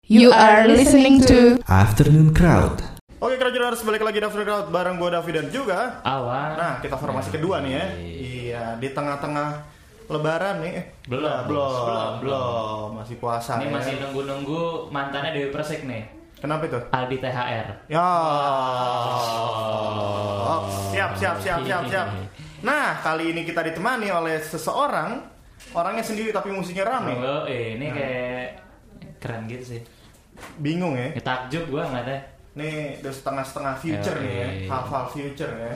You are listening to Afternoon Crowd. Oke, harus balik lagi di Afternoon Crowd bareng gue Davi dan juga Awan. Nah, kita formasi kedua nih ya. Iya, di tengah-tengah Lebaran nih. Belum. Masih puasa. Ini ya. masih nunggu mantannya Dewi Persik nih. Kenapa itu? Aldi THR. Ya. Siap. Nah, kali ini kita ditemani oleh seseorang, orangnya sendiri tapi musiknya rame. Oh, ini kayak keren gitu sih. Bingung ya. Takjub gua ngeliatnya. Nih, udah setengah future nih ya. Iya. Hal-hal future ya.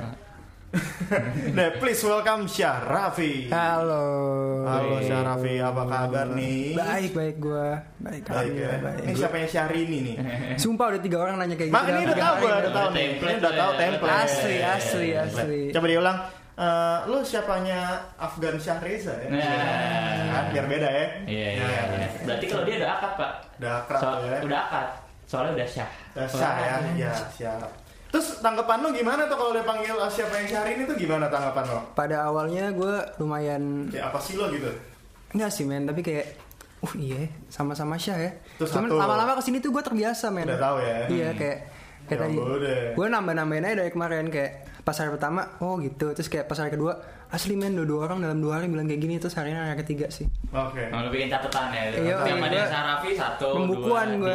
Nah, please welcome Syahrafi. Halo Syahrafi, apa kabar nih? Baik gue. Baik ya. Ini siapa yang Syahrini nih? Sumpah udah 3 orang nanya kayak Mak, gitu. ini udah tahu gue, udah tahu nih. Ini udah tahu template. Asli. Coba diulang. Lu siapanya Afgan Syahreza ya? Kan, biar beda ya. Iya. Berarti kalau dia udah akad, Pak. Udah akrab ya. Udah akad. Soalnya udah syah. Udah syah ya. Iya, siap. Terus tanggapan lu gimana tuh kalau dia panggil siapa yang Syahrini tuh gimana tanggapan lo? Pada awalnya gue lumayan Kayak apa sih lo gitu? enggak sih men, tapi kayak iya sama-sama Syah ya. Terus Cuman lama-lama kesini tuh gue terbiasa men. Udah tahu ya. Iya kayak tadi gue nambah-nambahin aja dari kemarin kayak pas hari pertama oh gitu, terus kayak pas hari kedua asli men dua orang dalam 2 hari bilang kayak gini, terus hari ini hari ketiga sih. Oke. Mau bikin catatan ya. Iya, Sama dia gua Syahrafi 1, 2, pembukuan gue.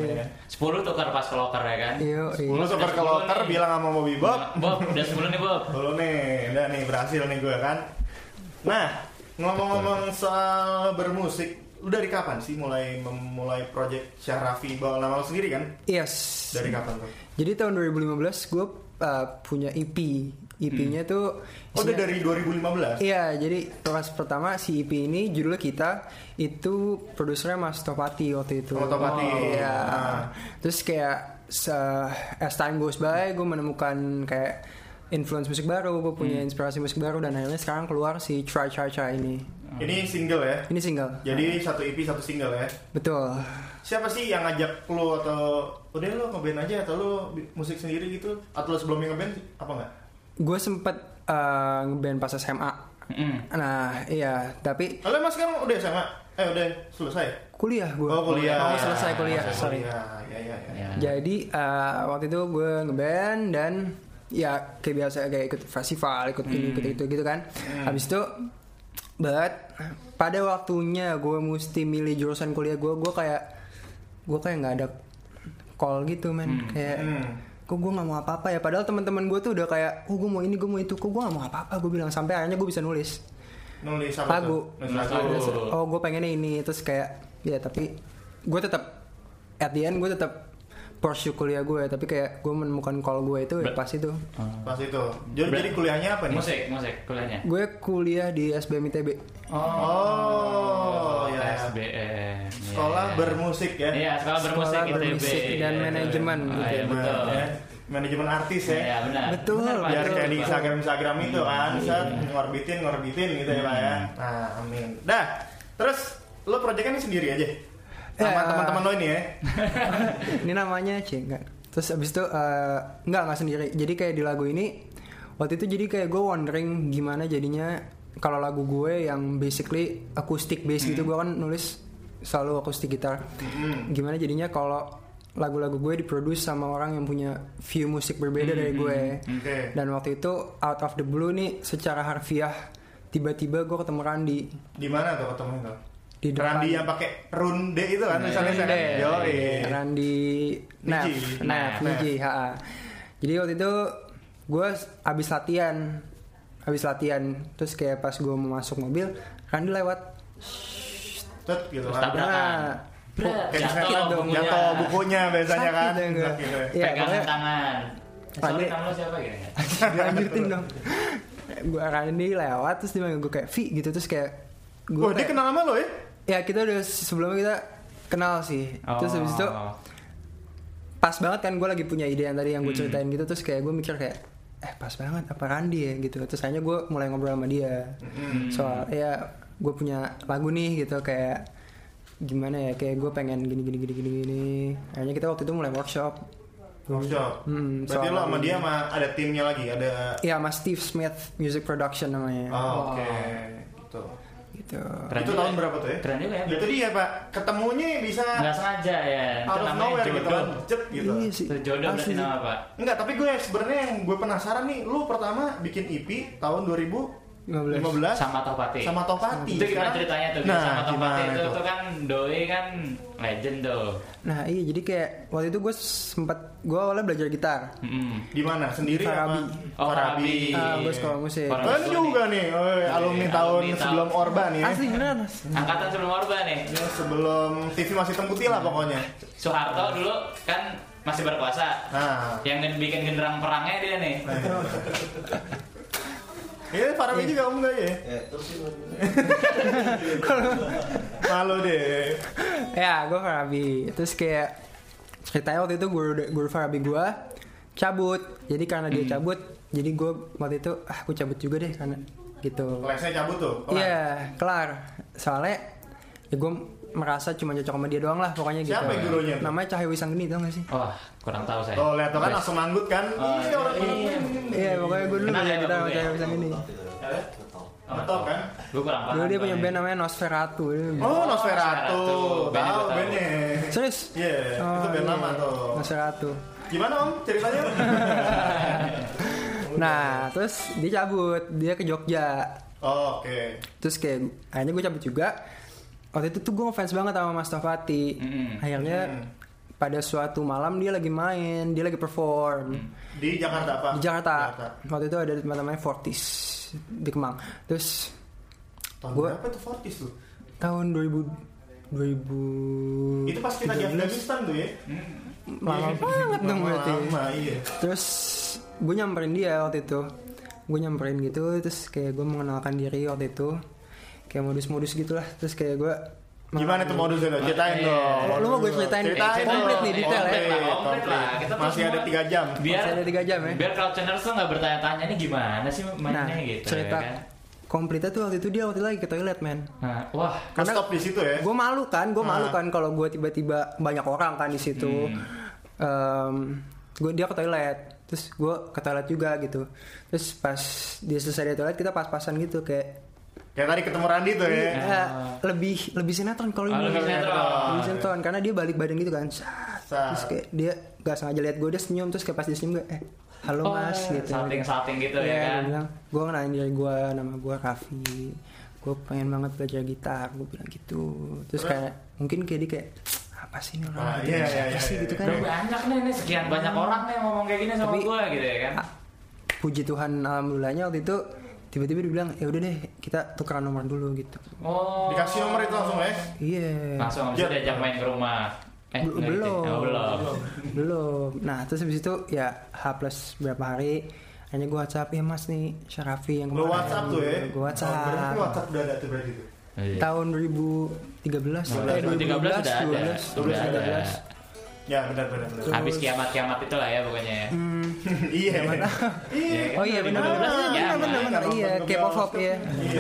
10 tukar pas ke loker ya kan. Iya. Lu super ke loker bilang sama Bobby Bob. Bob, udah 10 nih Bob. Dulu nih, udah nih berhasil nih gue kan. Nah, ngomong-ngomong soal bermusik, lu dari kapan sih mulai project Syahrafi bawa nama lu sendiri kan? Yes. Dari kapan tuh? Jadi tahun 2015 gue punya EP. EP-nya tuh udah dari 2015? Iya, jadi pas pertama si EP ini judulnya Kita, itu produsernya Mas Topati waktu itu. Topati. Iya. Terus kayak as time goes by, gue menemukan kayak influence musik baru, gue punya inspirasi musik baru, dan akhirnya sekarang keluar si Try ini. Ini single ya? Ini single. Jadi satu EP satu single ya? Betul. Siapa sih yang ngajak lu atau udah lu ngeband aja atau lu musik sendiri gitu? Atau lu sebelumnya ngeband apa enggak? Gue sempet ngeband pas SMA. Nah iya, tapi Kalau mas kan udah SMA? Udah selesai? kuliah gue. Oh kuliah. Mau selesai kuliah, sorry. Ya. Jadi waktu itu gue ngeband dan ya kayak biasa kayak ikut festival, ikut ini, ikut itu gitu kan. Habis itu pada waktunya gue mesti milih jurusan kuliah gue kayak nggak ada call gitu men. Kayak kok gue nggak mau apa-apa ya, padahal teman-teman gue tuh udah kayak gue mau ini, gue mau itu, kok gue nggak mau apa-apa. Gue bilang sampai akhirnya gue bisa nulis apa lagu. tuh? Oh gue pengennya ini, terus kayak ya tapi gue tetap at the end gue tetap pursue kuliah gue, tapi kayak gue menemukan call gue itu ya pas itu. Pas itu. Jadi kuliahnya apa nih? Musik kuliahnya. Gue kuliah di SBM ITB. Oh ya. SBM. Sekolah bermusik ya? Iya, sekolah bermusik Sekolah ITB. bermusik dan manajemen gitu. Iya, betul. Ya. Manajemen artis ya? Iya, benar. Betul. Benar, Pak. Biar kayak di Instagram itu kan, set ngorbitin gitu ya Pak ya. Nah, amin. Dah, terus lo proyeknya ini sendiri aja? Sama Ya. teman-teman lo ini ya? Ini namanya enggak. Terus abis itu enggak sendiri. Jadi kayak di lagu ini waktu itu jadi kayak gue wondering gimana jadinya kalau lagu gue yang basically acoustic bass gitu, gue kan nulis selalu acoustic gitar. Gimana jadinya kalau lagu-lagu gue diproduce sama orang yang punya view musik berbeda dari gue. Okay. Dan waktu itu out of the blue nih secara harfiah tiba-tiba gue ketemu Randy. Di mana tuh ketemu itu? Di depan. Randy yang pakai runde itu kan misalnya kan? Yoi. Randy Niji, Jadi waktu itu gue abis latihan, terus kayak pas gue mau masuk mobil, Randy lewat. Tet gitu Terus kan. tabrakan. Jatuh bukunya biasanya kan. Sakit ya, enggak? Sakit ya. Iya, Pegangan pokoknya- tangan. Soalnya kamu siapa gitu? Dilanjutin dong. Gue Randy lewat terus dia manggil gue kayak V gitu, terus kayak gue Dia kenal sama lo ya? ya kita udah sebelumnya kita kenal sih. Terus habis itu pas banget kan gue lagi punya ide yang tadi yang gue ceritain gitu, terus kayak gue mikir kayak pas banget apa Randy ya gitu. Terus akhirnya gue mulai ngobrol sama dia soal ya gue punya lagu nih gitu, kayak gimana ya, kayak gue pengen gini. Akhirnya kita waktu itu mulai workshop. Berarti lo sama dia ada timnya lagi, ada. Iya, Mas Steve Smith Music Production namanya. Oh, oke. Gitu. gitu. Keren Itu juga tahun ya. berapa tuh ya? Keren juga ya. Itu dia Pak, ketemunya bisa Nggak sengaja ya. Itu out of namanya nowhere gitu jodoh. kan, cep gitu. Iya sih. Itu jodoh berarti Asli. nama Pak. Enggak, tapi gue sebenarnya yang gue penasaran nih, lu pertama bikin EP tahun 2015 Sama Topati. sama Topati. Itu gimana Sekarang- ceritanya tuh? Nah, Sama Topati gimana itu itu? tuh kan Doi kan legend tuh. Nah iya jadi kayak waktu itu gue awalnya belajar gitar. Di mana? Sendiri Farabi. apa? Oh, Farabi. Gue sekolah musik. Farabi. Keren juga nih, alumni tahun Alumni sebelum tahun. Orba nih ya. Asli beneran. Angkatan sebelum Orba nih. Ya, sebelum TV masih hitam putih lah pokoknya. Soeharto dulu kan masih berkuasa. Nah, Yang bikin genderang perangnya dia nih. iya Farabi juga om gak ya? Malu deh. Ya gue Farabi. Terus kayak ceritanya waktu itu guru Farabi gue cabut. Jadi karena dia cabut, jadi gue waktu itu gue cabut juga deh karena gitu. Lesnya cabut tuh. kelar. Iya kelar. Soalnya ya gue merasa cuma cocok sama dia doang lah pokoknya gitu. Siapa gurunya tuh? Namanya Cahyo Wisanggeni tau gak sih? Wah, kurang tahu saya. Oh lihat tuh kan langsung manggut kan? Oh, Iya orang iya. Iya pokoknya gue dulu Kenal belajar ya, gitar sama Bang, Cahyo ya? Wisanggeni. Betul kan? Gue kurang paham. Dulu dia punya soalnya. band namanya Nosferatu. Oh Nosferatu, Band tahu gua tahu. bandnya. Serius? Iya, itu band iya. lama tuh. Nosferatu. Gimana om ceritanya? Nah terus dia cabut, dia ke Jogja. Oh, oke. Terus kayak akhirnya gue cabut juga. Waktu itu tuh gue ngefans banget sama Mas Topati. Akhirnya pada suatu malam dia lagi main, dia lagi perform Di Jakarta apa? di Jakarta. Waktu itu ada teman namanya Fortis di Kemang. Terus Tahun Gua- berapa tuh Fortis tuh? tahun 2000 Itu pas kita di Afghanistan tuh ya? lama banget dong berarti. Lama, iya. Terus gue nyamperin dia waktu itu. Gue nyamperin gitu, terus kayak gue mengenalkan diri waktu itu. Kayak modus-modus gitulah. Terus kayak gue Gimana tuh modusnya? Ceritain Iya. dong. Lu mau gue ceritain komplit nih, detail ya? Komplit lah. Kita tuh Masih ada semua- 3 jam. Biar Masih ada 3 jam ya. Biar crowdchurners tuh nggak bertanya-tanya ini gimana sih mainnya Nah, gitu cerita ya kan. komplitnya tuh waktu itu dia lagi ke toilet men. Nah, wah, Karena stop di situ ya. Gue malu kan kalau gue tiba-tiba banyak orang kan di situ. Dia ke toilet, terus gue ke toilet juga gitu. Terus pas dia selesai dari toilet kita pas-pasan gitu kayak Kayak tadi ketemu Randi tuh ya. lebih sinetron kalau ini. lebih sinetron. Lebih sinetron karena dia balik badan gitu kan. Terus kayak dia gak sengaja lihat gue, dia senyum, terus kayak pas dia senyum gue halo mas gitu. salting gitu ya kan. Dia bilang, gue kenalin diri gue, nama gue Raffi, gue pengen banget belajar gitar, gue bilang gitu. Terus kayak mungkin kayak dia kayak apa sih ini orang, siapa sih gitu kan. Udah banyak nih sekian banyak orang nih ngomong kayak gini sama Tapi- gue gitu ya kan. Puji Tuhan alhamdulillahnya waktu itu tiba-tiba dia bilang ya udah deh kita tukeran nomor dulu gitu. Oh. Dikasih nomor itu langsung ya. Iya. Langsung habis itu diajak main ke rumah. Nggak gitu. Belum. Oh, belum. Belum. Nah terus habis itu ya H plus berapa hari hanya gue WhatsApp ya mas nih Syarafi yang Lu WhatsApp tuh ya. Gue WhatsApp. Berarti WhatsApp udah ada tuh berarti tuh. Iya. Tahun 2013 2013 sudah ada. 12 Ya benar. Habis kiamat itu lah ya pokoknya ya. Iya. Iya, Oh iya kan, benar 2012 ya, benar iya Kiamat. K-pop ya.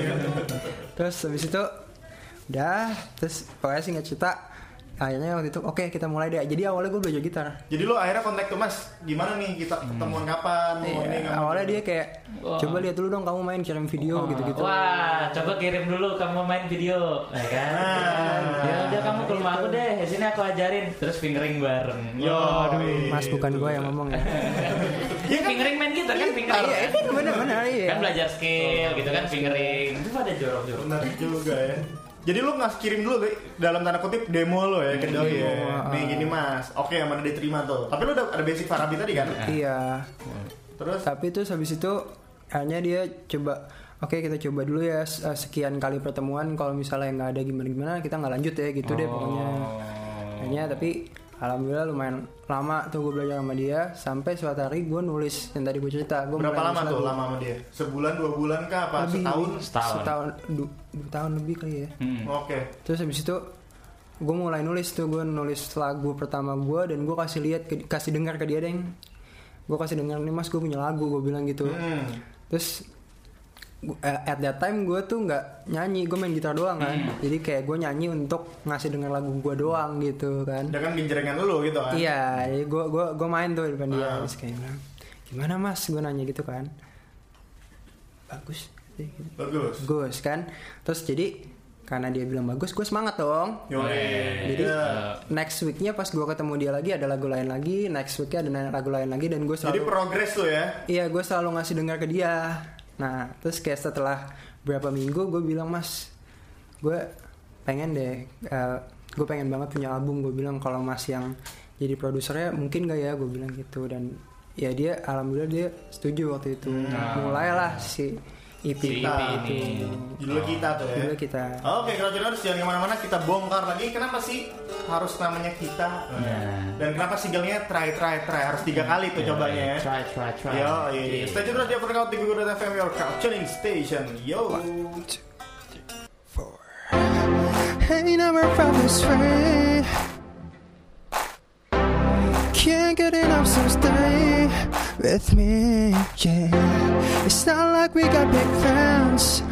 Terus habis itu udah terus pokoknya singkat cerita akhirnya waktu itu oke kita mulai deh. Jadi awalnya gue belajar gitar. Jadi lu akhirnya kontak ke Mas, gimana nih kita ketemuan kapan? Mau ini Iya, kamu? awalnya dia kayak coba lihat dulu dong kamu main kirim video gitu-gitu. Wah, coba kirim dulu kamu main video, ya kan? Ya udah kamu ke rumah aku deh, sini aku ajarin, terus fingering bareng. Yo, Mas bukan gue yang ngomong ya. Iya fingering main gitar kan fingering. Iya, itu benar-benar iya. Kan belajar skill gitu kan fingering. Itu pada jorok-jorok. Benar juga ya. Jadi lu nggak kirim dulu dalam tanda kutip demo lo ya ke Doi ya. Nih gini Mas, oke yang mana diterima tuh. Tapi lu udah ada basic Farabi tadi kan? Iya. Terus Tapi terus habis itu hanya dia coba oke kita coba dulu ya sekian kali pertemuan kalau misalnya nggak ada gimana-gimana kita nggak lanjut ya gitu deh pokoknya. Hanya tapi alhamdulillah lumayan lama tuh gue belajar sama dia sampai suatu hari gue nulis yang tadi gue cerita. Gue berapa lama tuh lama sama dia? Sebulan, 2 bulan kah? Apa setahun? Setahun. 2 tahun lebih kali ya. Oke. Terus habis itu gue mulai nulis tuh, gue nulis lagu pertama gue dan gue kasih lihat kasih dengar ke dia deh. Gue kasih dengar nih mas gue punya lagu, gue bilang gitu. Terus at that time gue tuh nggak nyanyi, gue main gitar doang kan. Jadi kayak gue nyanyi untuk ngasih denger lagu gue doang gitu kan. Dia kan genjrengan lu gitu kan? Iya, jadi gue main tuh di depan dia. Terus kayak bilang, gimana mas? Gue nanya gitu kan. Bagus. bagus kan. Terus jadi karena dia bilang bagus, gue semangat dong. Jadi next weeknya pas gue ketemu dia lagi ada lagu lain lagi, next weeknya ada lagu lain lagi, dan gue selalu. Jadi progres tuh ya? Iya, gue selalu ngasih dengar ke dia. Nah terus kayak setelah berapa minggu gue bilang, Mas, gue pengen deh, gue pengen banget punya album. Gue bilang kalau Mas yang jadi produsernya mungkin gak ya, gue bilang gitu. Dan ya dia alhamdulillah dia setuju waktu itu. Mulailah si EP ini. Judul kita tuh ya. Judul kita. Oke, kalau harus jangan kemana-mana, kita bongkar lagi. Kenapa sih harus namanya kita? Dan kenapa singlenya try harus 3 kali tuh cobanya ya. Try. Yo, stay tune terus di Overcount di Google FM, your tuning station. Yo. 1, 2, 3, 4. Ain't never felt this way. Can't get enough, so stay with me, yeah. It's not like we got big plans.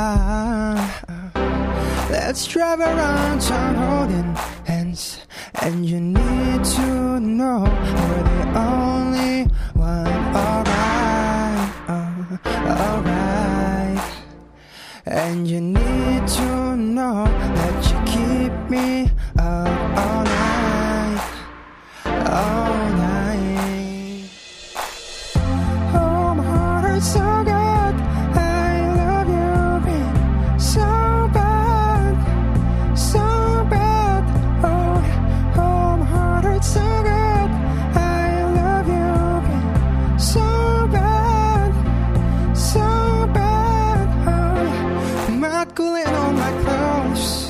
Let's drive around town holding hands. And you need to know we're the only one. Alright. And you need to know that you keep me up all night. Oh, my heart hurts so good. I love you, babe, so bad. Oh, my heart hurts so good. I love you, babe, so bad. Oh, mad cooling on my clothes.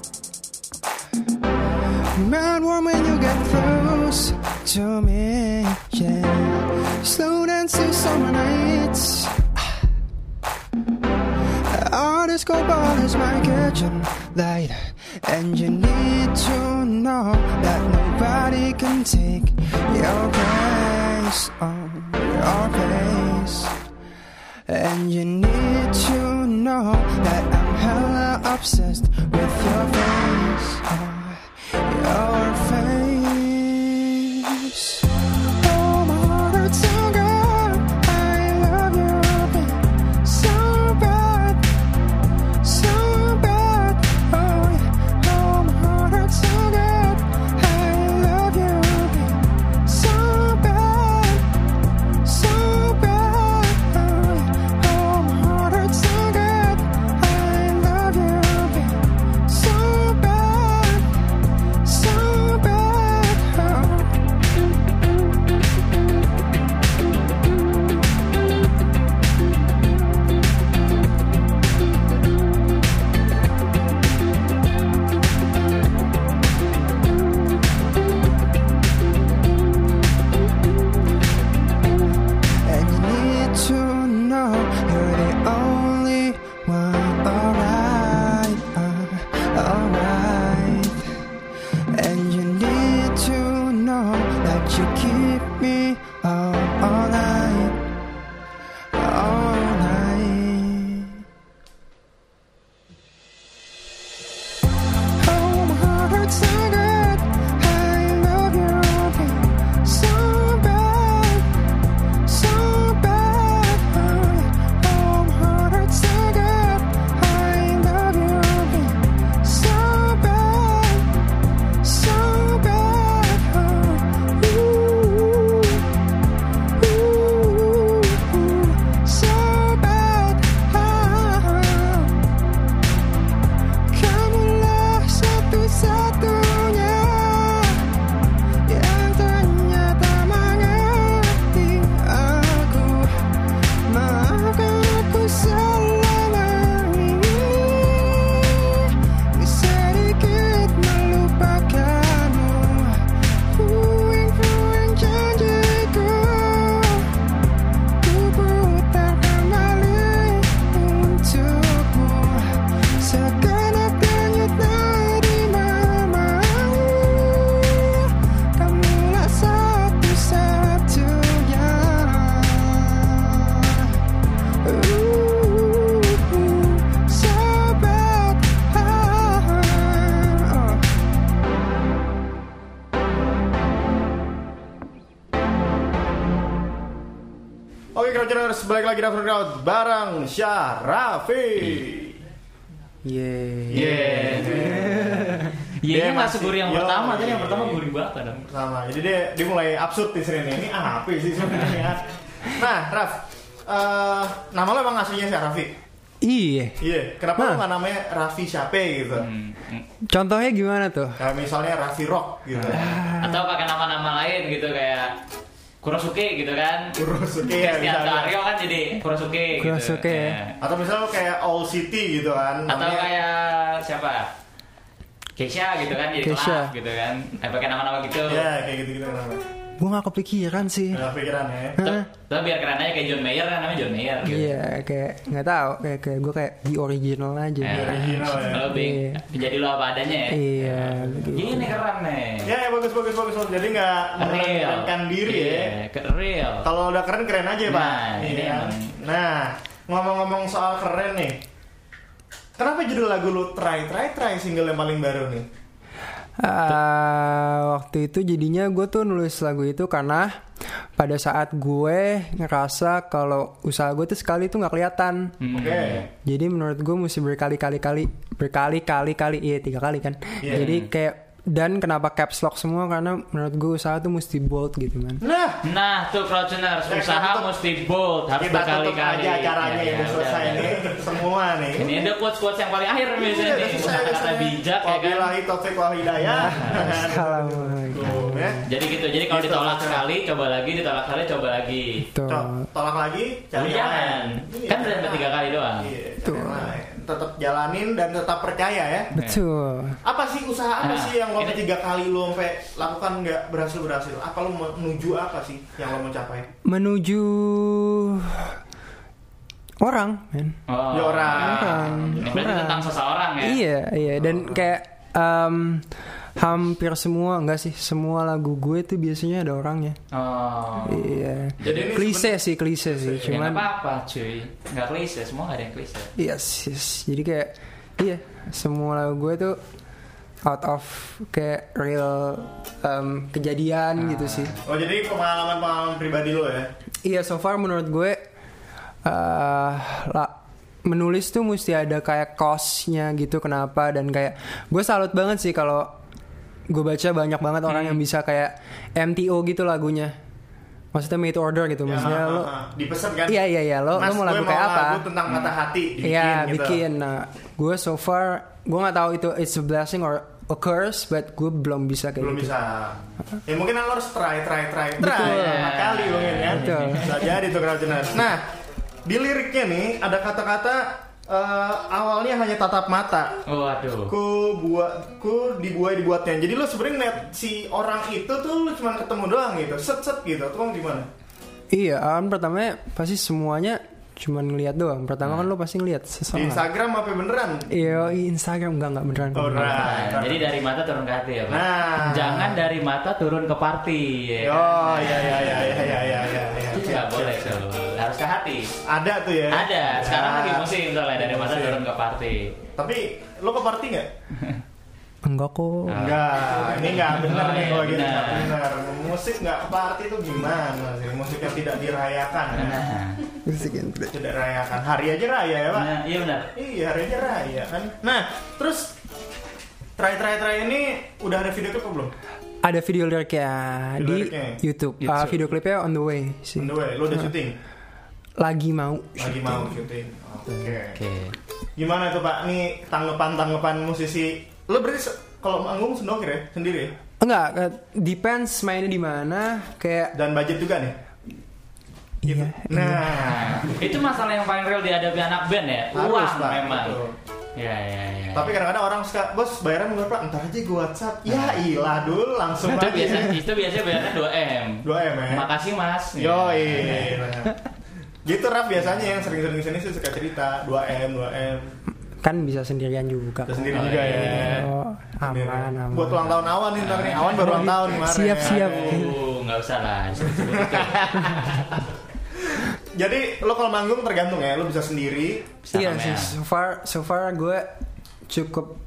Mad warm when you get close to me, yeah. Slow dance to summer nights. Our disco ball is my kitchen light. And you need to know that nobody can take your place, your place. And you need to know that I'm hella obsessed with your face, your face. Oh, my heart hurts so good. I love you, babe, so bad. Oh, my heart hurts so good. I love you, babe, so bad. Oh, my heart hurts so good. I love you, babe, so bad. Oke, Crowdtuners, balik lagi Raffi Crowd bareng Syarafi. Iya nggak seguri yang pertama, tadi yang iya. pertama gurih banget ada. Pertama, jadi dia mulai absurd di sini. Ini apa sih sebenarnya? Nah, Raf, nama lo emang aslinya Syarafi? Iya. Iya. Kenapa lo nggak namanya Raffi Syape gitu? Contohnya gimana tuh? Kayak misalnya Raffi Rock gitu. Atau pakai nama-nama lain gitu kayak Kurosuke gitu kan? Kurosuke ya Cristian misalnya. Dario kan jadi Kurosuke. Kurosuke, gitu. ya. Atau misalnya lo kayak All City gitu kan? Atau namanya- kayak siapa? Keisha gitu kan jadi Keisha. Kelab gitu kan. Pakai nama-nama gitu. Ya, kayak gitu-gitu namanya. Gue gak kepikiran sih. Nggak pikiran ya. Tapi biar keren aja kayak John Mayer kan namanya John Mayer gitu. Iya, kayak nggak tahu, kayak gue kayak di original aja. Original ya. Lebih jadi lo apa adanya ya. Iya, begitu. Gini keren nih. Ya, bagus. Jadi nggak merendahkan diri ya. Real. Kalau udah keren aja, Pak. Nah, ini Iya. emang. Nah, ngomong-ngomong soal keren nih. Kenapa judul lagu lu Try single yang paling baru nih? Waktu itu jadinya gue tuh nulis lagu itu karena pada saat gue ngerasa kalau usaha gue tuh sekali tuh nggak kelihatan. Oke. Jadi menurut gue mesti berkali-kali, iya 3 kali kan. Yeah. Jadi kayak, dan kenapa caps lock semua, karena menurut gue usaha tuh mesti bold gitu man. Nah, Tuh Crowdtuners, Ya, usaha kita tutup. mesti bold, harus kita tutup berkali-kali. aja acaranya Ya, yang udah selesai udah. nih. Semua nih. Ini ada quotes-quotes yang paling akhir biasanya nih. Kata bijak ya kan. Wabillahi taufiq wal hidayah. Assalamualaikum. Tuh, ya. Jadi gitu. Jadi kalau Gitu, ditolak gitu. sekali, coba lagi, ditolak sekali, coba lagi. Tuh. Tolak lagi, cari yang Jangan. lain. Kan udah sampai 3 kali doang. Iya, cari yang lain. Tetap jalanin dan tetap percaya ya. Betul. Apa sih usaha apa Nah, sih yang lo ini- 3 kali lo sampai lakukan nggak berhasil? Apa lo menuju apa sih yang lo mau capai? Menuju orang, men. Ya, orang. Ini berarti tentang seseorang ya. Iya, dan kayak hampir semua, enggak sih, semua lagu gue tuh biasanya ada orangnya. Oh. Iya. Jadi ini Klise sih, Ya cuman nggak apa-apa cuy. Nggak klise, semua nggak ada yang klise. yes. Jadi kayak iya, semua lagu gue tuh out of kayak real kejadian gitu sih. Oh, jadi pengalaman pribadi lo ya? Iya, so far menurut gue menulis tuh mesti ada kayak cost-nya gitu, kenapa, dan kayak gue salut banget sih kalau gue baca banyak banget orang yang bisa kayak MTO gitu lagunya. Maksudnya made to order gitu, maksudnya lo dipesan kan? Iya, lo Mas, mau lagu gue kayak mau apa? lagu tentang mata hati, dibikin Iya, gitu. bikin. Nah, gue so far gue nggak tahu itu it's a blessing or a curse, but gue belum bisa kayak Belum gitu. bisa. Ya mungkin lo harus try Betul. lima kali mungkin ya. Betul. Bisa jadi tuh Crowdtuners. Nah, di liriknya nih ada kata-kata awalnya hanya tatap mata. Waduh. Ku dibuatnya. Jadi lo sebenarnya ngeliat si orang itu tuh lo cuma ketemu doang gitu, set gitu. Tuh gimana? Iya, pertamanya pasti semuanya cuman ngeliat doang. Pertama kan lo pasti ngeliat Di seseorang. Instagram apa beneran? Iya, Instagram enggak beneran. Oh, Nah, jadi dari mata turun ke hati ya Pak. Nah. Jangan dari mata turun ke party ya kan? Oh, iya. Itu nggak boleh tuh. Harus ke hati. Ada tuh ya. Ada. Sekarang Ya. lagi musim soalnya dari mata turun ke party. Tapi lo ke party nggak? Enggak kok. Enggak, ini nggak benar Oh, nih iya, kalau gitu benar. nggak benar. Musik nggak party itu gimana sih? Musik yang tidak dirayakan, ya? Nah, Tidak rayakan. Hari aja raya ya Pak? nah, iya benar. Iya, hari aja raya kan. Nah, terus try ini udah ada video klip apa belum? Ada video liriknya Video di liriknya. YouTube. YouTube. Video klipnya on the way sih. On the way, lo udah syuting? Lagi mau. Lagi mau syuting. Oke. Oke. Gimana tuh Pak? Nih tanggapan musisi. Lo berarti kalau manggung sendokir ya? Sendiri ya? Enggak, depends mainnya di mana, kayak Dan budget juga nih? iya. Nah, Itu masalah yang paling real dihadapi anak band ya. Harus, Uang Pak, memang. betul. Ya. tapi kadang-kadang orang suka, bos bayaran berapa? Ntar aja gue WhatsApp. Ya ilah dulu langsung Itu aja. biasanya bayarnya 2M. 2M ya? Makasih Mas. Yoi. Gitu Raf biasanya yang sering-sering kesini sih suka cerita 2M. Kan bisa sendirian juga. Kita sendiri Oh, juga iya. ya. Oh, aman. Buat ulang tahun Awan nih ntar nih. Awan baru ulang tahun kemarin. Siap. Nggak usah lah. disebut-sebut itu. Jadi lo kalau manggung tergantung ya, lo bisa sendiri. Bisa Iya ramean. sih, so far gue cukup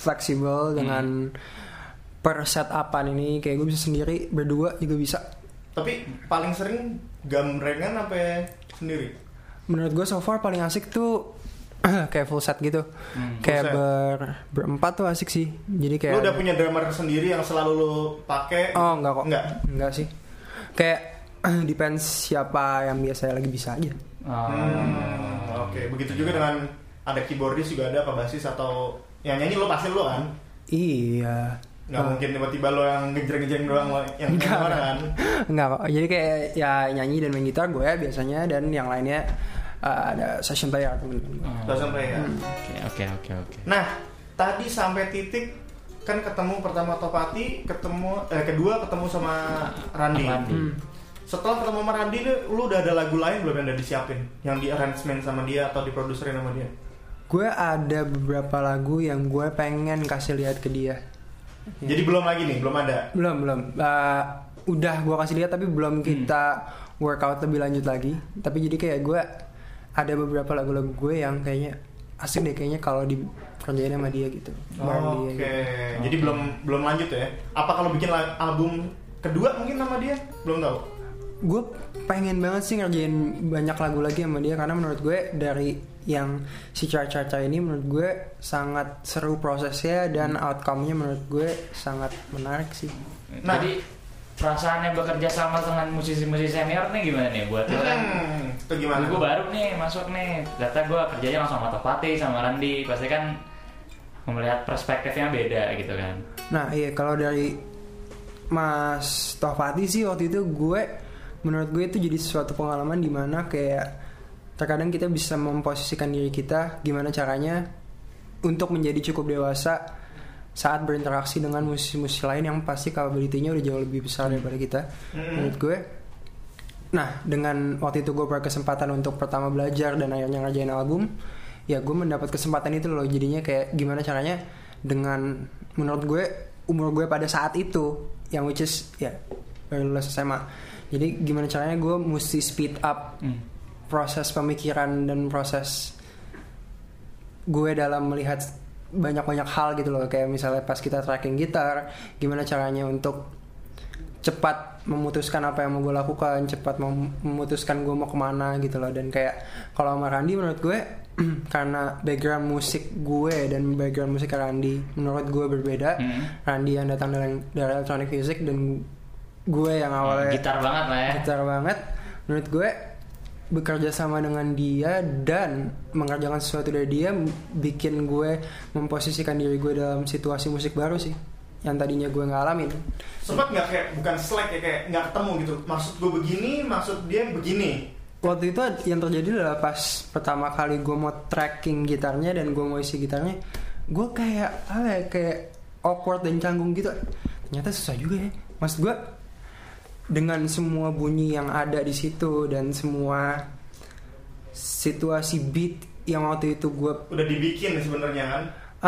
fleksibel dengan per setupan ini, kayak gue bisa sendiri, berdua juga bisa. Tapi paling sering gamrengan apa sendiri? Menurut gue so far paling asik tuh kayak full set gitu. Kayak berempat tuh asik sih. Jadi kayak lu udah punya drummer sendiri yang selalu lu pakai? Oh, enggak kok. Enggak sih. Kayak depends siapa yang biasa lagi bisa aja. Oke. Begitu juga dengan ada keyboardis juga ada, apa basis atau yang nyanyi lo pasti lo kan? Iya. Nggak mungkin tiba-tiba lo yang ngejer-ngejer doang yang orang kan? Enggak kok. Jadi kayak ya nyanyi dan main gitar gue biasanya, dan yang lainnya ada session player temen-temen gue. Session player. Oke. Nah, tadi sampai titik kan ketemu pertama Topati, kedua ketemu sama Randy. Setelah ketemu sama Randy, lu udah ada lagu lain belum yang udah disiapin? Yang di arrangement sama dia atau diproduserin sama dia? Gue ada beberapa lagu yang gue pengen kasih lihat ke dia. Jadi belum lagi nih, belum ada? Belum. Udah gue kasih lihat tapi belum kita workout lebih lanjut lagi. Tapi jadi kayak gue ada beberapa lagu-lagu gue yang kayaknya asik deh kayaknya kalau dikerjain sama dia gitu. Oke. Jadi belum lanjut ya? Apa kalau bikin album kedua mungkin sama dia? Belum tahu. Gue pengen banget sih ngerjain banyak lagu lagi sama dia, karena menurut gue dari yang si Caca ini menurut gue sangat seru prosesnya dan outcome-nya menurut gue sangat menarik sih. Nah, jadi perasaannya bekerja sama dengan musisi-musisi senior nih gimana nih buat lo kan? Itu gimana? Gue baru nih masuk nih, ternyata gue kerjanya langsung sama Topati sama Randy, pasti kan melihat perspektifnya beda gitu kan. Nah iya, kalau dari Mas Topati sih waktu itu menurut gue itu jadi suatu pengalaman dimana kayak terkadang kita bisa memposisikan diri kita gimana caranya untuk menjadi cukup dewasa saat berinteraksi dengan musisi-musisi lain yang pasti capability-nya udah jauh lebih besar daripada kita. Menurut gue. Nah, dengan waktu itu gue berkesempatan untuk pertama belajar dan akhirnya ngerjain album, ya gue mendapat kesempatan itu loh. Jadinya kayak gimana caranya dengan menurut gue umur gue pada saat itu yang which is ya baru lulus SMA. Jadi gimana caranya gue mesti speed up proses pemikiran dan proses gue dalam melihat banyak-banyak hal gitu loh. Kayak misalnya pas kita tracking gitar, gimana caranya untuk cepat memutuskan apa yang mau gue lakukan, cepat memutuskan gue mau kemana gitu loh. Dan kayak kalau sama Randy menurut gue karena background musik gue dan background musik Randy menurut gue berbeda. Randy yang datang dari electronic music dan gue yang awalnya gitar banget lah ya. Gitar banget. Menurut gue bekerja sama dengan dia dan mengerjakan sesuatu dari dia bikin gue memposisikan diri gue dalam situasi musik baru sih yang tadinya gue nggak alamin. Sempat nggak kayak bukan slack ya, kayak nggak ketemu gitu, maksud gue begini, maksud dia begini. Waktu itu yang terjadi adalah pas pertama kali gue mau tracking gitarnya dan gue mau isi gitarnya, gue kayak kayak awkward dan canggung gitu. Ternyata susah juga ya. Maksud gue dengan semua bunyi yang ada di situ dan semua situasi beat yang waktu itu gue udah dibikin sebenarnya kan.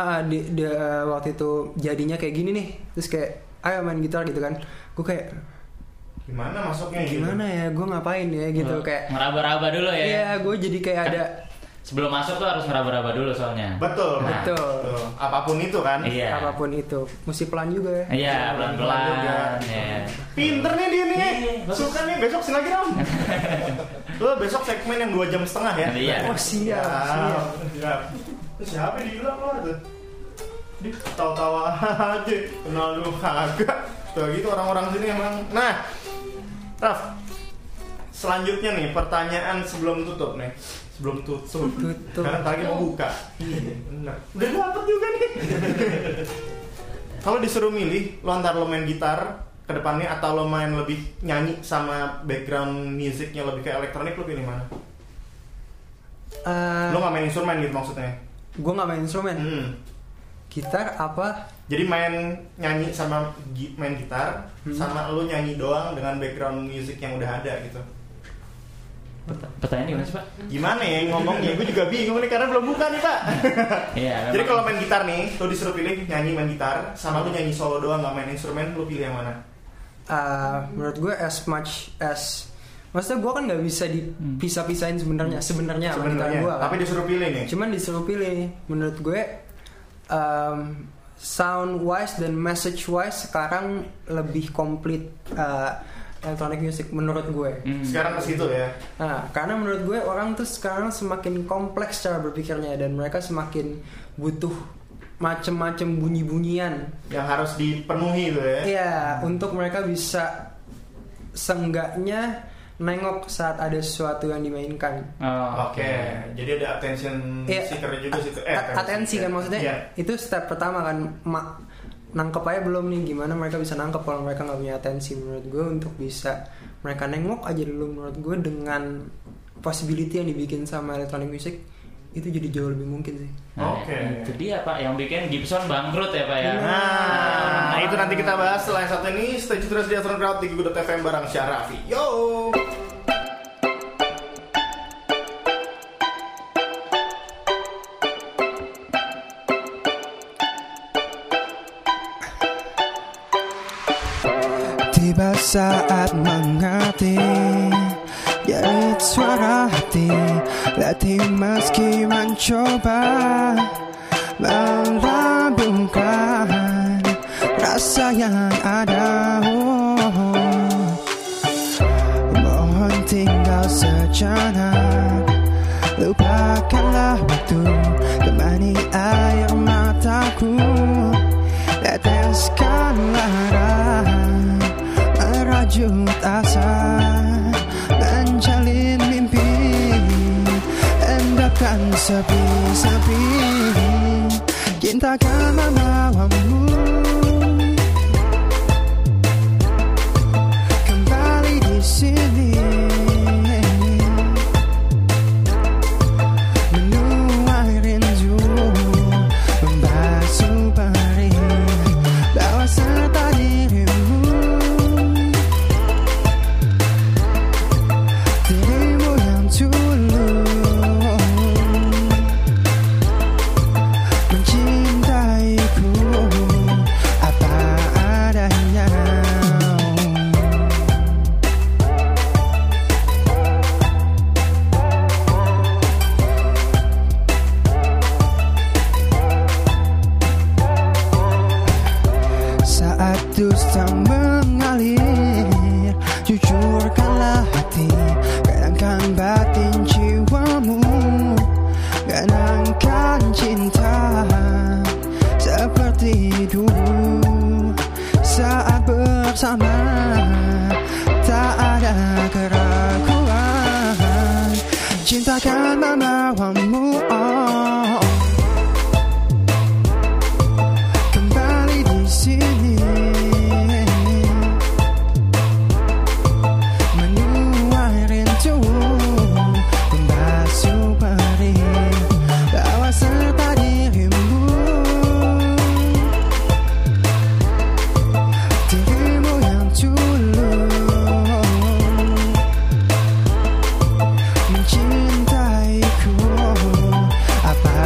Waktu itu jadinya kayak gini nih, terus kayak ayo main gitar gitu kan, gue kayak gimana masuknya gimana gitu? Ya gue ngapain ya gitu, kayak ngeraba-raba dulu ya. Iya, gue jadi kayak kan, ada sebelum masuk tuh harus ngeraba-raba dulu soalnya. Betul. Apapun itu kan. Iya. Apapun itu mesti pelan juga ya. Iya, pelan-pelan. Ya. Pinter nih dia nih. Suka nih, besok sini lagi dong. Lo besok segmen yang 2,5 jam ya. Iya. Oh siap. Siapa dibilang lo tuh? Dia tawa-tawa aja. Kenal lu kagak. Tuh gitu orang-orang sini emang. Nah, Raf, selanjutnya nih pertanyaan sebelum tutup nih. Sebelum tutup. Karena tadi mau buka. Benar. Udah dapet juga nih. Kalau disuruh milih, lo antara lo main gitar ke depannya atau lo main lebih nyanyi sama background musiknya lebih kayak elektronik, lo pilih mana? Lo gak main instrumen gitu maksudnya? Gue gak main instrumen. Gitar apa? Jadi main nyanyi sama main gitar sama lo nyanyi doang dengan background musik yang udah ada gitu. Pertanyaan gimana sih Pak? Gimana ya ngomongnya? Gue juga bingung nih karena belum buka nih Pak. Iya. Jadi kalau main gitar nih, lo disuruh pilih nyanyi main gitar sama lo nyanyi solo doang gak main instrumen, lo pilih yang mana? Menurut gue as much as, maksudnya gue kan nggak bisa dipisah-pisahin sebenarnya sama gitar gue kan. Tapi disuruh pilih nih. Cuman disuruh pilih. Menurut gue sound wise dan message wise sekarang lebih komplit electronic music menurut gue. Sekarang ke situ ya. Nah, karena menurut gue orang tuh sekarang semakin kompleks cara berpikirnya dan mereka semakin butuh macem-macem bunyi-bunyian yang harus dipenuhi tuh ya. Iya, untuk mereka bisa seenggaknya nengok saat ada sesuatu yang dimainkan. Oke. Jadi ada attention seeker juga situ. Atensi kan maksudnya. Itu step pertama kan. Nangkep aja belum nih, gimana mereka bisa nangkep kalau mereka nggak punya atensi. Menurut gue untuk bisa mereka nengok aja dulu, menurut gue dengan possibility yang dibikin sama electronic music itu jadi jauh lebih mungkin sih. Oke. Itu dia Pak yang bikin Gibson bangkrut ya Pak ya. Nah, itu nanti kita bahas setelah yang satu ini. Stay tune terus di Astron Crowd di Gugu.fm bareng Syarafi. Yo. Tiba saat mengerti jerit suara hati, letih meski mencoba melambungkan rasa yang ada. Mohon tinggal sejenak, lupakanlah waktu, temani air mataku, teteskan lara, merajut asa, menjalin mimpi, endapkan sepi-sepi, cinta akan membawamu kembali di sini, menuai rindu, membasuh perih, bawa serta dirimu, dirimu yang tulus mencintaiku apa adanya. Saat dusta mengalir, jujurkanlah hati, kadangkan batin jiwamu, kenangkan cinta seperti dulu. Saat bersama tak ada keraguan, cinta akan membawamu kembali di sini, menuai rindu, membasuh perih, bawa serta dirimu, dirimu yang tulus mencintaiku apa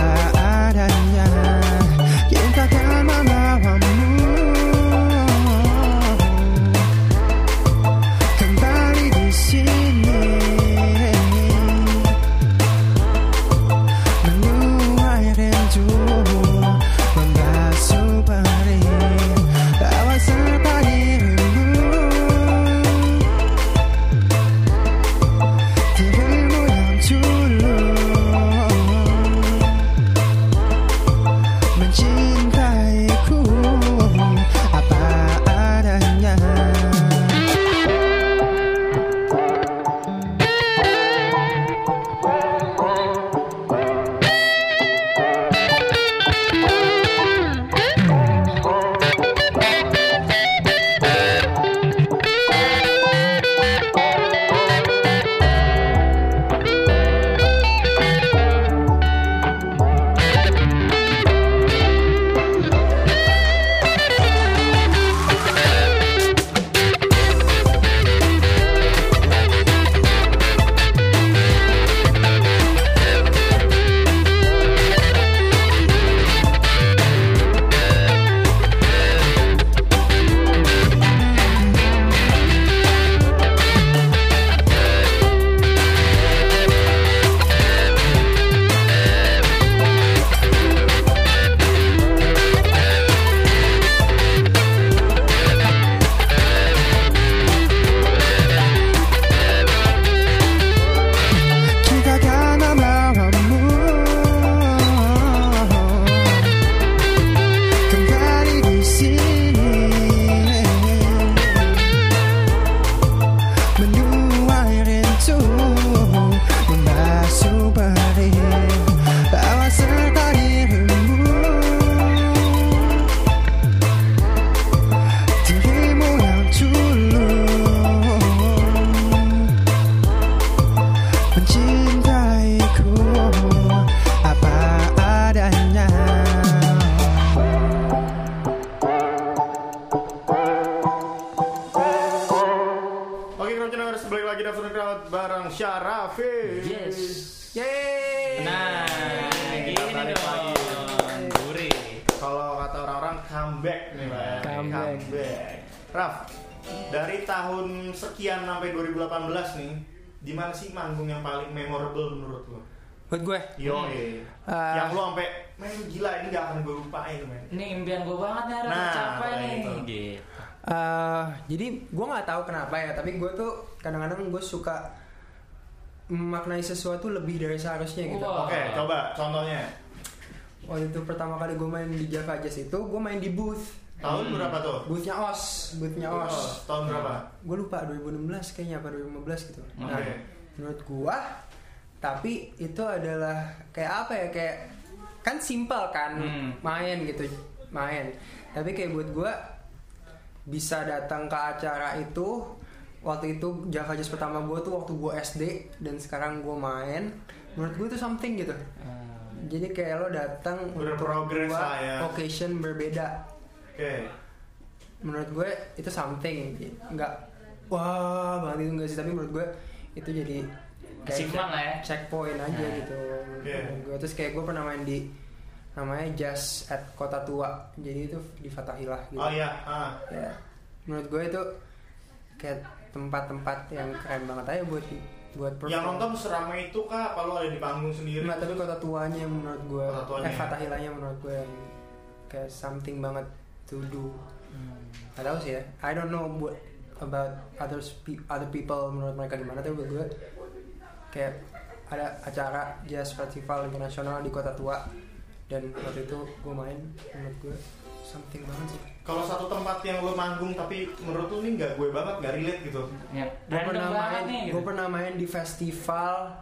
Crowd balik lagi di After the Crowd bareng Syarafi. Yes. Yeay. Nah, gini dong. Gurih. Kalau kata orang-orang comeback nih, Pak. Comeback. Raf, dari tahun sekian sampai 2018 nih, di mana sih manggung yang paling memorable menurut lo? Buat gue. Yang lo sampai main gila ini gak akan gue lupain, men. Ini impian gue banget nih, harus tercapai nih. Gitu. Jadi gue nggak tahu kenapa ya, tapi gue tuh kadang-kadang gue suka memaknai sesuatu lebih dari seharusnya gitu. Wow. Oke, coba contohnya. Waktu itu pertama kali gue main di Java Jazz itu, gue main di booth. Tahun berapa tuh? Boothnya OS. Tahun berapa? Gue lupa 2016 kayaknya apa 2015 gitu. Nah, Oke. menurut gue, tapi itu adalah kayak apa ya, kayak kan simpel kan main gitu, main. Tapi kayak buat gue bisa datang ke acara itu, waktu itu Java Jazz pertama gue tuh waktu gue SD dan sekarang gue main, menurut gue itu something gitu. Jadi kayak lo datang untuk dua occasion berbeda. Oke. Menurut gue itu something, nggak wah banget itu nggak sih, tapi menurut gue itu jadi kayak checkpoint aja gitu. Menurut gue terus kayak gue pernah main di namanya Jazz at Kota Tua, jadi itu di Fathahilah gitu. Oh iya. Ya, menurut gue itu kayak tempat-tempat yang keren banget aja buat perform. Yang nonton seramai itu kah? Kalau ada di panggung sendiri? Nggak, tapi Kota Tuanya yang menurut gue, Fathahilahnya menurut gue yang kayak something banget to do. Nggak tahu sih ya, I don't know about other people menurut mereka gimana, tapi buat gue kayak ada acara jazz festival internasional di Kota Tua dan waktu itu gue main, menurut gue something banget sih. Kalau satu tempat yang lo manggung tapi menurut lo nih nggak gue banget, nggak relate gitu. Ya, gue pernah main di festival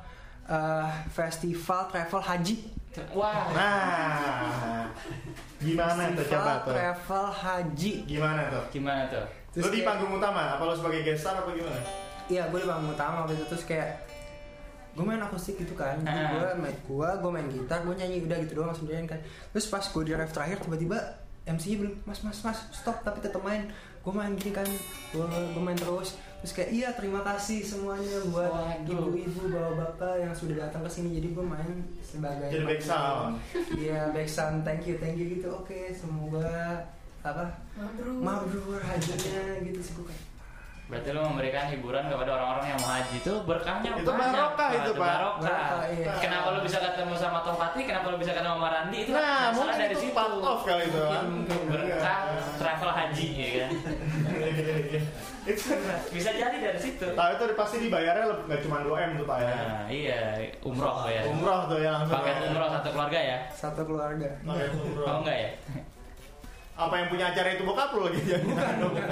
travel haji. Wah. Nah, gimana tuh coba tuh? Travel haji. Gimana tuh? Terus lo di panggung utama? Apa lo sebagai guest star apa gimana? Iya, gue di panggung utama waktu itu, terus kayak gue main akustik gitu kan, gue main gitar, gue nyanyi udah gitu doang sendirian kan. Terus pas gue di ref terakhir tiba-tiba MC-nya bilang mas stop, tapi tetap main. Gue main gini kan, gue main terus kayak iya terima kasih semuanya buat ibu-ibu bapak-bapak yang sudah datang ke sini. Jadi gue main sebagai jadi back sound. Iya, back sound, thank you gitu. Oke, semoga mabrur hajinya gitu sih gue. Berarti lo memberikan hiburan kepada orang-orang yang mau haji itu berkahnya itu banyak. Barokah itu, Pak. Barokah. Iya. Kenapa lo bisa ketemu sama Tom Fatih? Kenapa lo bisa ketemu sama Randi? Itu nah, masalah mungkin dari itu situ. part of kali itu. Berkah travel haji ya kan. Itu Bisa jadi dari situ. tahu itu pasti dibayarnya nggak cuma 2M tuh Pak ya. Nah, iya, umroh ya. Umroh tuh ya langsung. Paket umroh satu keluarga ya? Satu keluarga. Paket umroh. Oh enggak ya? Apa yang punya acara itu bokap lo lagi? Bukan.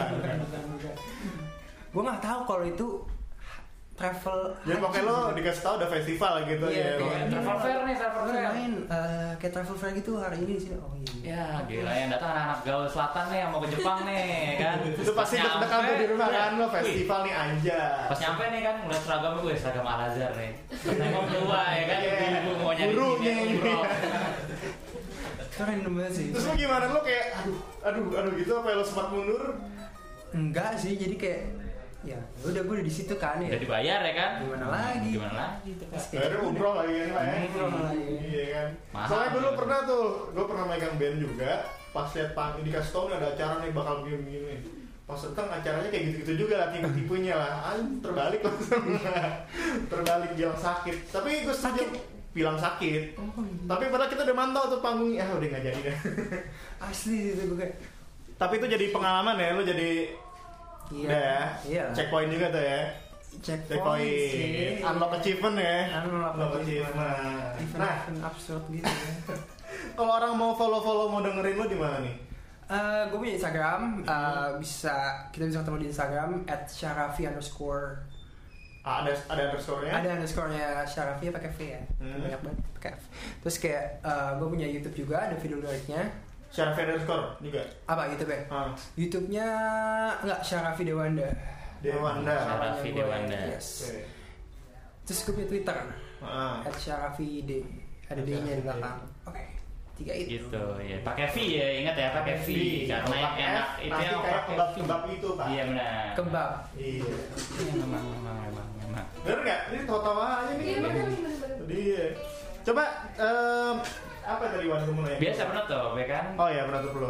Gue nggak tahu kalau itu travel. Jadi pokoknya lo dikasih tahu ada festival gitu ya. Travel fair nih, travel Gue fair. main kayak travel fair gitu hari ini di sini. Oh iya. Ya gila, yang datang anak-anak gaul selatan nih yang mau ke Jepang nih kan. Itu pasti deg-degan tuh di rumah kan lo festival nih anjay. Pas nyampe nih kan ngeliat seragam gue, seragam Al-Azhar nih. Nengok tua ya kan, ibu mau nyari gurunya ini ini. umroh. Keren banget sih. Terus lo gimana, lo kayak aduh gitu apa lo sempat mundur? Enggak sih, jadi kayak ya udah gue udah di situ kan ya. Udah dibayar ya kan? Gimana lagi? Gimana lagi tuh kan? Akhirnya umroh lagi kan Pak ya. Umroh lagi. Iya kan. Mahal. Soalnya dulu pernah tuh, gue pernah megang band juga. Pas liat panggung dikasih tau nih ada acara nih bakal begini. Pas datang acaranya kayak gitu-gitu juga lah, tipe-tipenya lah. Terbalik langsung. Terbalik bilang sakit. Tapi gue sakit bilang sakit. Tapi padahal kita udah mantau tuh panggungnya, udah nggak jadi deh. Asli itu gue kayak. Tapi itu jadi pengalaman ya, lo jadi Iya. checkpoint juga tuh ya. Checkpoint sih. Unlock achievement ya. Unlock achievement. Event absurd gitu ya. Kalau orang mau follow mau dengerin lo di mana nih? Gue punya Instagram, kita bisa ketemu di Instagram @syarafi_. Ada underscore-nya? Ada underscore-nya Syarafi pakai V ya. Banyak banget pakai F. Terus kayak gue punya YouTube juga, ada video liriknya. Syarafi underscore juga? Apa YouTube ya? YouTube-nya enggak, Syarafi Dewanda. Syarafi Dewanda. Yes. Terus gue punya Twitter. @syarafid. Ada D-nya di belakang. Oke. 3 itu. Gitu ya. Pakai V ya, ingat ya pakai V karena yang enak itu nanti yang kayak pakai kebab itu Pak. Iya benar. Kebab. Iya. Iya memang. Bener nggak? Ini tawa-tawa aja nih. Iya bener. Iya. Coba apa tadi Wan kamu nanya? Biasa penutup ya kan? Oh ya penutup lo.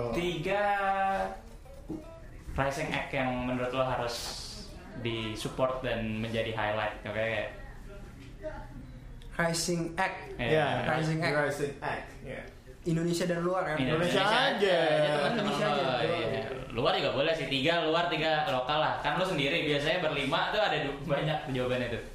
3 rising act yang menurut lo harus disupport dan menjadi highlight, oke? Rising Act. Iya. Rising Act. Rising Act. Iya. Indonesia dan luar kan. Indonesia aja. Teman-teman Indonesia lo. aja. Iya. Luar juga boleh sih, 3 luar 3 lokal lah. Kan lo sendiri biasanya berlima tuh ada banyak jawabannya tuh.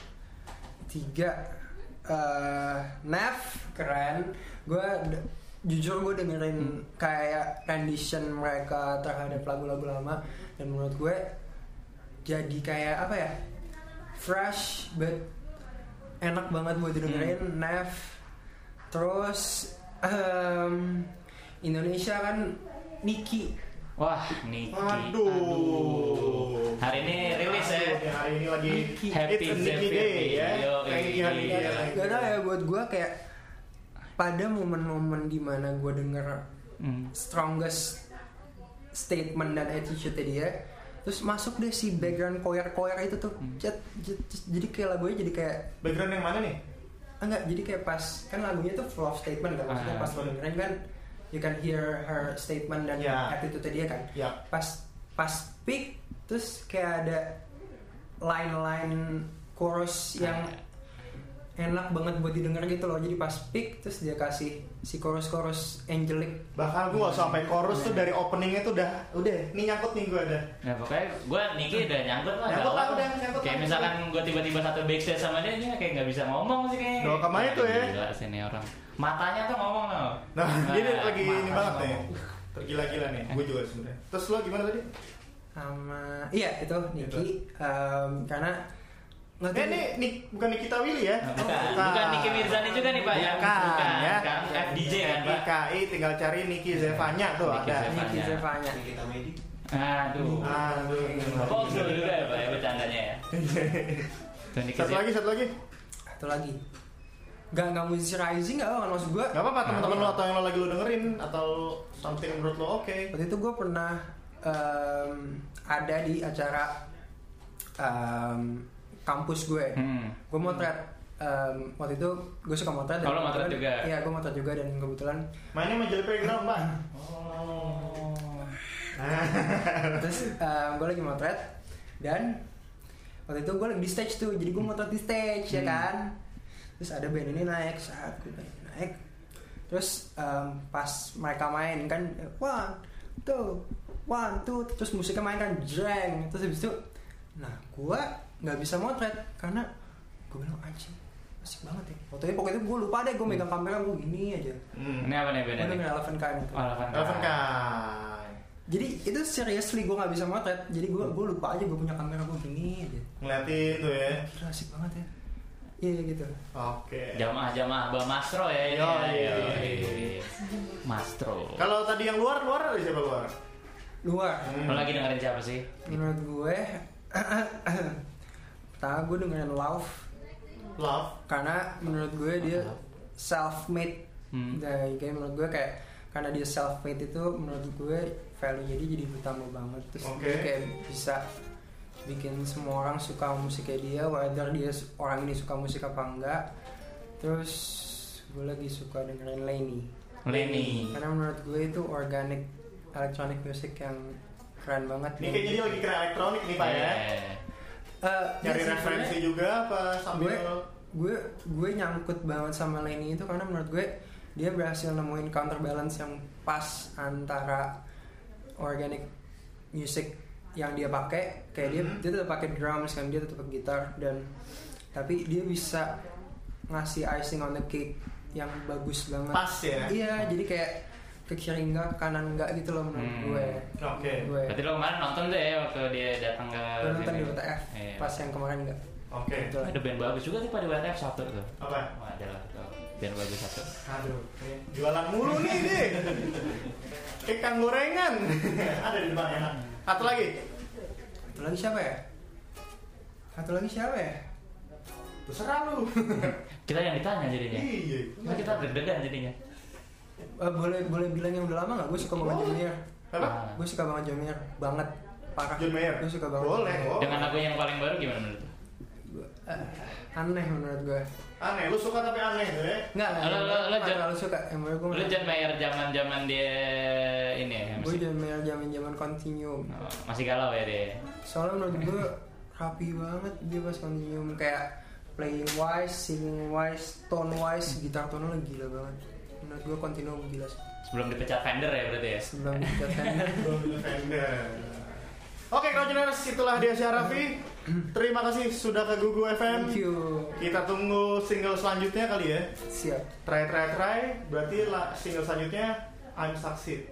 3 Nev keren. Jujur gue dengerin kayak rendition mereka terhadap lagu-lagu lama dan menurut gue jadi kayak apa ya, fresh but enak banget buat didengerin. Nev. Terus Indonesia kan Niki. Wah, Niki. Aduh. Hari ini rilis ya. Hari ini lagi Happy It's a Niki Day ya. Yo, Thank you Niki. Gak tau ya, buat gue kayak pada momen-momen dimana gue denger strongest statement dan attitude dia, terus masuk deh si background koyor-koyor itu tuh. Jadi kayak lagunya jadi kayak Background yang mana nih? enggak, jadi kayak pas kan lagunya tuh full of statement kan, maksudnya pas lo dengerin kan you can hear her statement dan attitude dia kan. Pas peak terus kayak ada line-line chorus yang enak banget buat didengar gitu loh. Jadi pas peak terus dia kasih si chorus angelic. Bahkan gue sampai chorus tuh dari openingnya tuh udah ini nyangkut nih gue ada. Nah pokoknya gue Niki udah nyangkut lah. Nyangkut lah, udah nyangkut. Kayak misalkan gue tiba-tiba satu backstage sama dia kayak nggak bisa ngomong sih kayaknya. Doa kamanya tuh ya. Gila sini orang. Matanya tuh ngomong loh. Nah dia lagi ini banget nih. Tergila-gila nih. Gue juga sebenarnya. Terus lo gimana tadi? Sama iya itu Niki karena ini bukan Nikita Willy ya? Bukan Niki Mirzani juga nih Pak ya? Bukan ya? Kan FDJ kan Pak? DKI tinggal cari Niki Zevanya tuh ada. Niki Zevanya. Aduh. Kok juga ya Pak ya bercandanya ya? Satu lagi. Gak musisi rising gak kan maksud gue. Gak apa-apa teman-teman lo atau yang lo lagi lo dengerin atau something menurut lo oke. Waktu itu gue pernah ada di acara kampus gue. Gue motret. Waktu itu gue suka motret. Kalau motret juga? Iya, gue motret juga dan kebetulan. Mainnya majalah Playground, Pak. Terus gue lagi motret dan waktu itu gue lagi di stage tuh, jadi gue motret di stage ya kan. Terus ada band ini naik, saat gue naik. Terus pas mereka main kan, 1, 2, terus musiknya main kan, jreng. Terus habis itu, nah gue nggak bisa motret karena gue bilang anjing asik banget ya. Waktu itu pokoknya gue lupa deh, gue megang kamera gue gini aja. Ini apa nih bandnya? Gue dengan Elephant Kind. Elephant Kind. Jadi itu seriously gue nggak bisa motret. Jadi gue lupa aja gue punya kamera gue gini aja. Ngeliatin tuh ya. Gila asik banget ya. Iya gitu. Oke. Jamaah Abah Mastro ya ini. Mastro. Kalau tadi yang luar ada siapa luar? Lo lagi dengerin siapa sih? Menurut gue, pertama gue dengerin Love. Karena menurut gue dia self-made. Dan kayak menurut gue kayak karena dia self-made itu menurut gue value jadi utama banget. Terus dia kayak bisa bikin semua orang suka musiknya dia, whether dia orang ini suka musik apa enggak. Terus gue lagi suka dengerin Lenny. Karena menurut gue itu organic electronic music yang keren banget. Ini kayaknya dia lagi keren elektronik nih Pak ya. Cari referensi juga apa sambil gue nyangkut banget sama Lenny itu karena menurut gue dia berhasil nemuin counterbalance yang pas antara organic music yang dia pakai, kayak dia tetap pakai drums kan, dia tetap pakai gitar dan tapi dia bisa ngasih icing on the cake yang bagus banget. Pas ya. Iya, jadi kayak ke kiri enggak, kanan enggak gitu loh menurut gue. Oke. Berarti lo kemarin nonton deh ya waktu dia datang ke. Gue nonton di WTF pas yang kemarin enggak. Oke. Ada band bagus juga sih pada WTF satu tuh. Apa? Ada lah tuh. Band bagus satu. Aduh, jualan mulu nih. Ikan gorengan. Ada di depan enak. Satu lagi siapa ya? Terserah lu. Kita yang ditanya jadinya. Iya. Kita deg-degan jadinya. Boleh bilang yang udah lama nggak? Gue suka banget John Mayer. Apa? Gue suka banget John Mayer, banget. Parah. John Mayer. Gue suka banget. Boleh. Dengan lagu yang paling baru gimana menurut lu? Aneh menurut gue. Aneh, lu suka tapi aneh tuh ya? Enggak lah. Lo terlalu suka. Menurut gue. Lu John Mayer zaman dia ini ya? Gue John Mayer zaman Continuum. Oh, masih galau ya dia. Soalnya menurut gue rapi banget dia pas Continuum, kayak playing wise, singing wise, tone wise, gitar tone gila banget. Menurut gue Continuum gila sih. Sebelum dipecat Fender ya berarti ya? Sebelum dipecat Fender. Oke, Crowdtuners, itulah dia Syahrafi. Terima kasih sudah ke Gugu FM. Thank you. Kita tunggu single selanjutnya kali ya. Siap. Try. Berarti single selanjutnya I'm Succeed.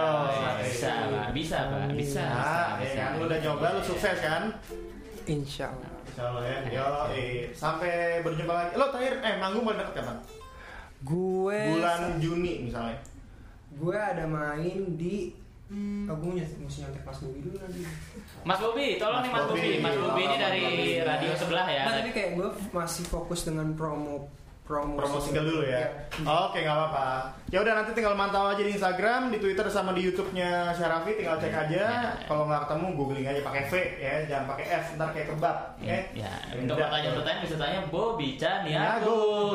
Bisa. Lu udah nyoba, lu sukses kan? Insya Allah. Insya Allah ya. Sampai berjumpa lagi. Lo terakhir, manggung paling deket kapan? Gue Bulan Juni misalnya. Gue ada main di gue mesti nyontek Mas Bobi dulu lagi. Mas Bobi, tolong nih Mas Bobi. Mas Bobi ini dari radio sebelah ya. Nah, tapi kayak gue masih fokus dengan promo single dulu ya. Oke, nggak apa-apa. Ya udah, nanti tinggal mantau aja di Instagram, di Twitter sama di YouTube-nya Syahrafi, tinggal cek aja. Kalau nggak ketemu, googling aja pakai V ya, jangan pakai F, ntar kayak kebab. Ya. Untuk pertanyaan bisa tanya Bobi Caniago.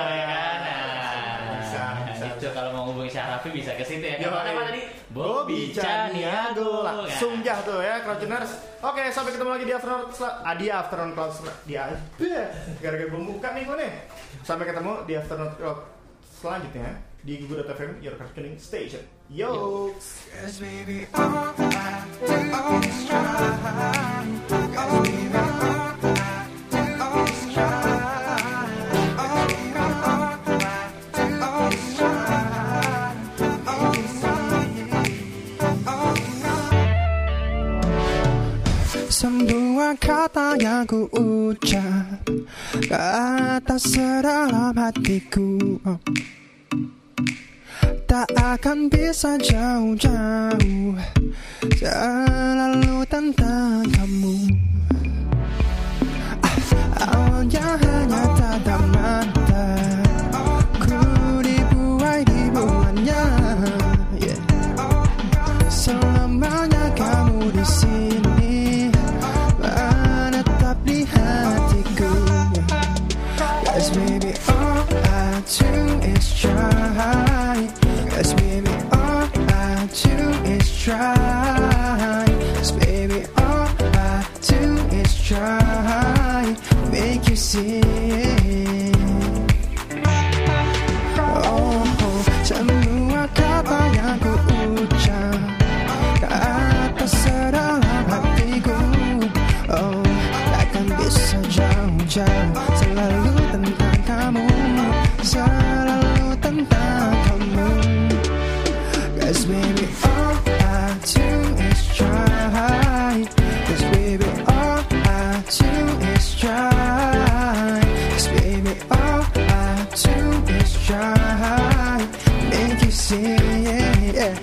Itu kalau mau hubungi Syahrafi bisa ke situ ya. Apa tadi? Bobi Caniago. Langsung jah tuh ya, Crowdtuners. Oke, sampai ketemu lagi di Afternoon Cloud. Gara-gara belum buka nih gue nih. Sampai ketemu di Afternoon Cloud selanjutnya di Gugu.fm, your cartooning station. Yo. Yes, baby, all I do is try. Yes, baby, all I do is try. Semua kata yang ku ucap ke atas sedalam hatiku, tak akan bisa jauh-jauh, selalu tentang kamu. Awalnya hanya tatap mata, ku dibuai-dibuainya, selamanya kamu di sini, menetap di hatiku. Yes, baby, all I do is try. Yes, baby, all I do is try. Yes, baby, all I do is try. Make you see. Oh, semua kata yang ku ucap ke atas sedalam hatiku, oh, takkan bisa jauh-jauh, selalu tentang kamu, selalu tentang kamu. Cause baby, all I do is try. Cause baby, all I do is try. Cause baby, all I do is try. Make you see, yeah.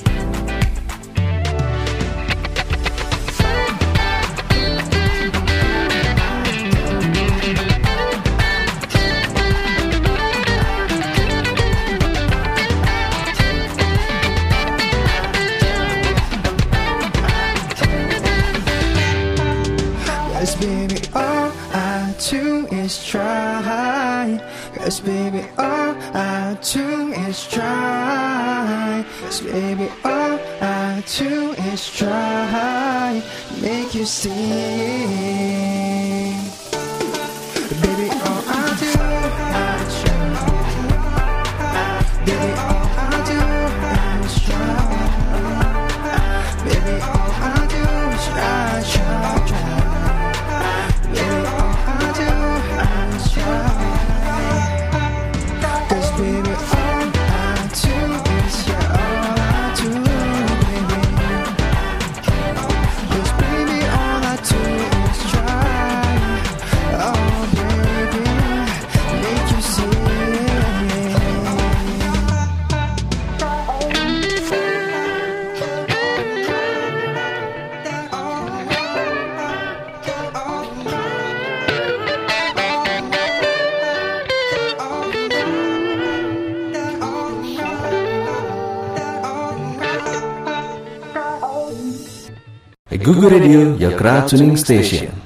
Yes, baby, all I do is try. Yes, baby, all I do is try. Yes, baby, all I do is try. Make you see. Baby, all I do is try. Baby, all I do is try. Baby, all I do is try, try, try. Baby, all I do is try. Cause baby, all I do is, yeah, all I do, baby. Cause baby, all I do is Google Radio, your crowd tuning station.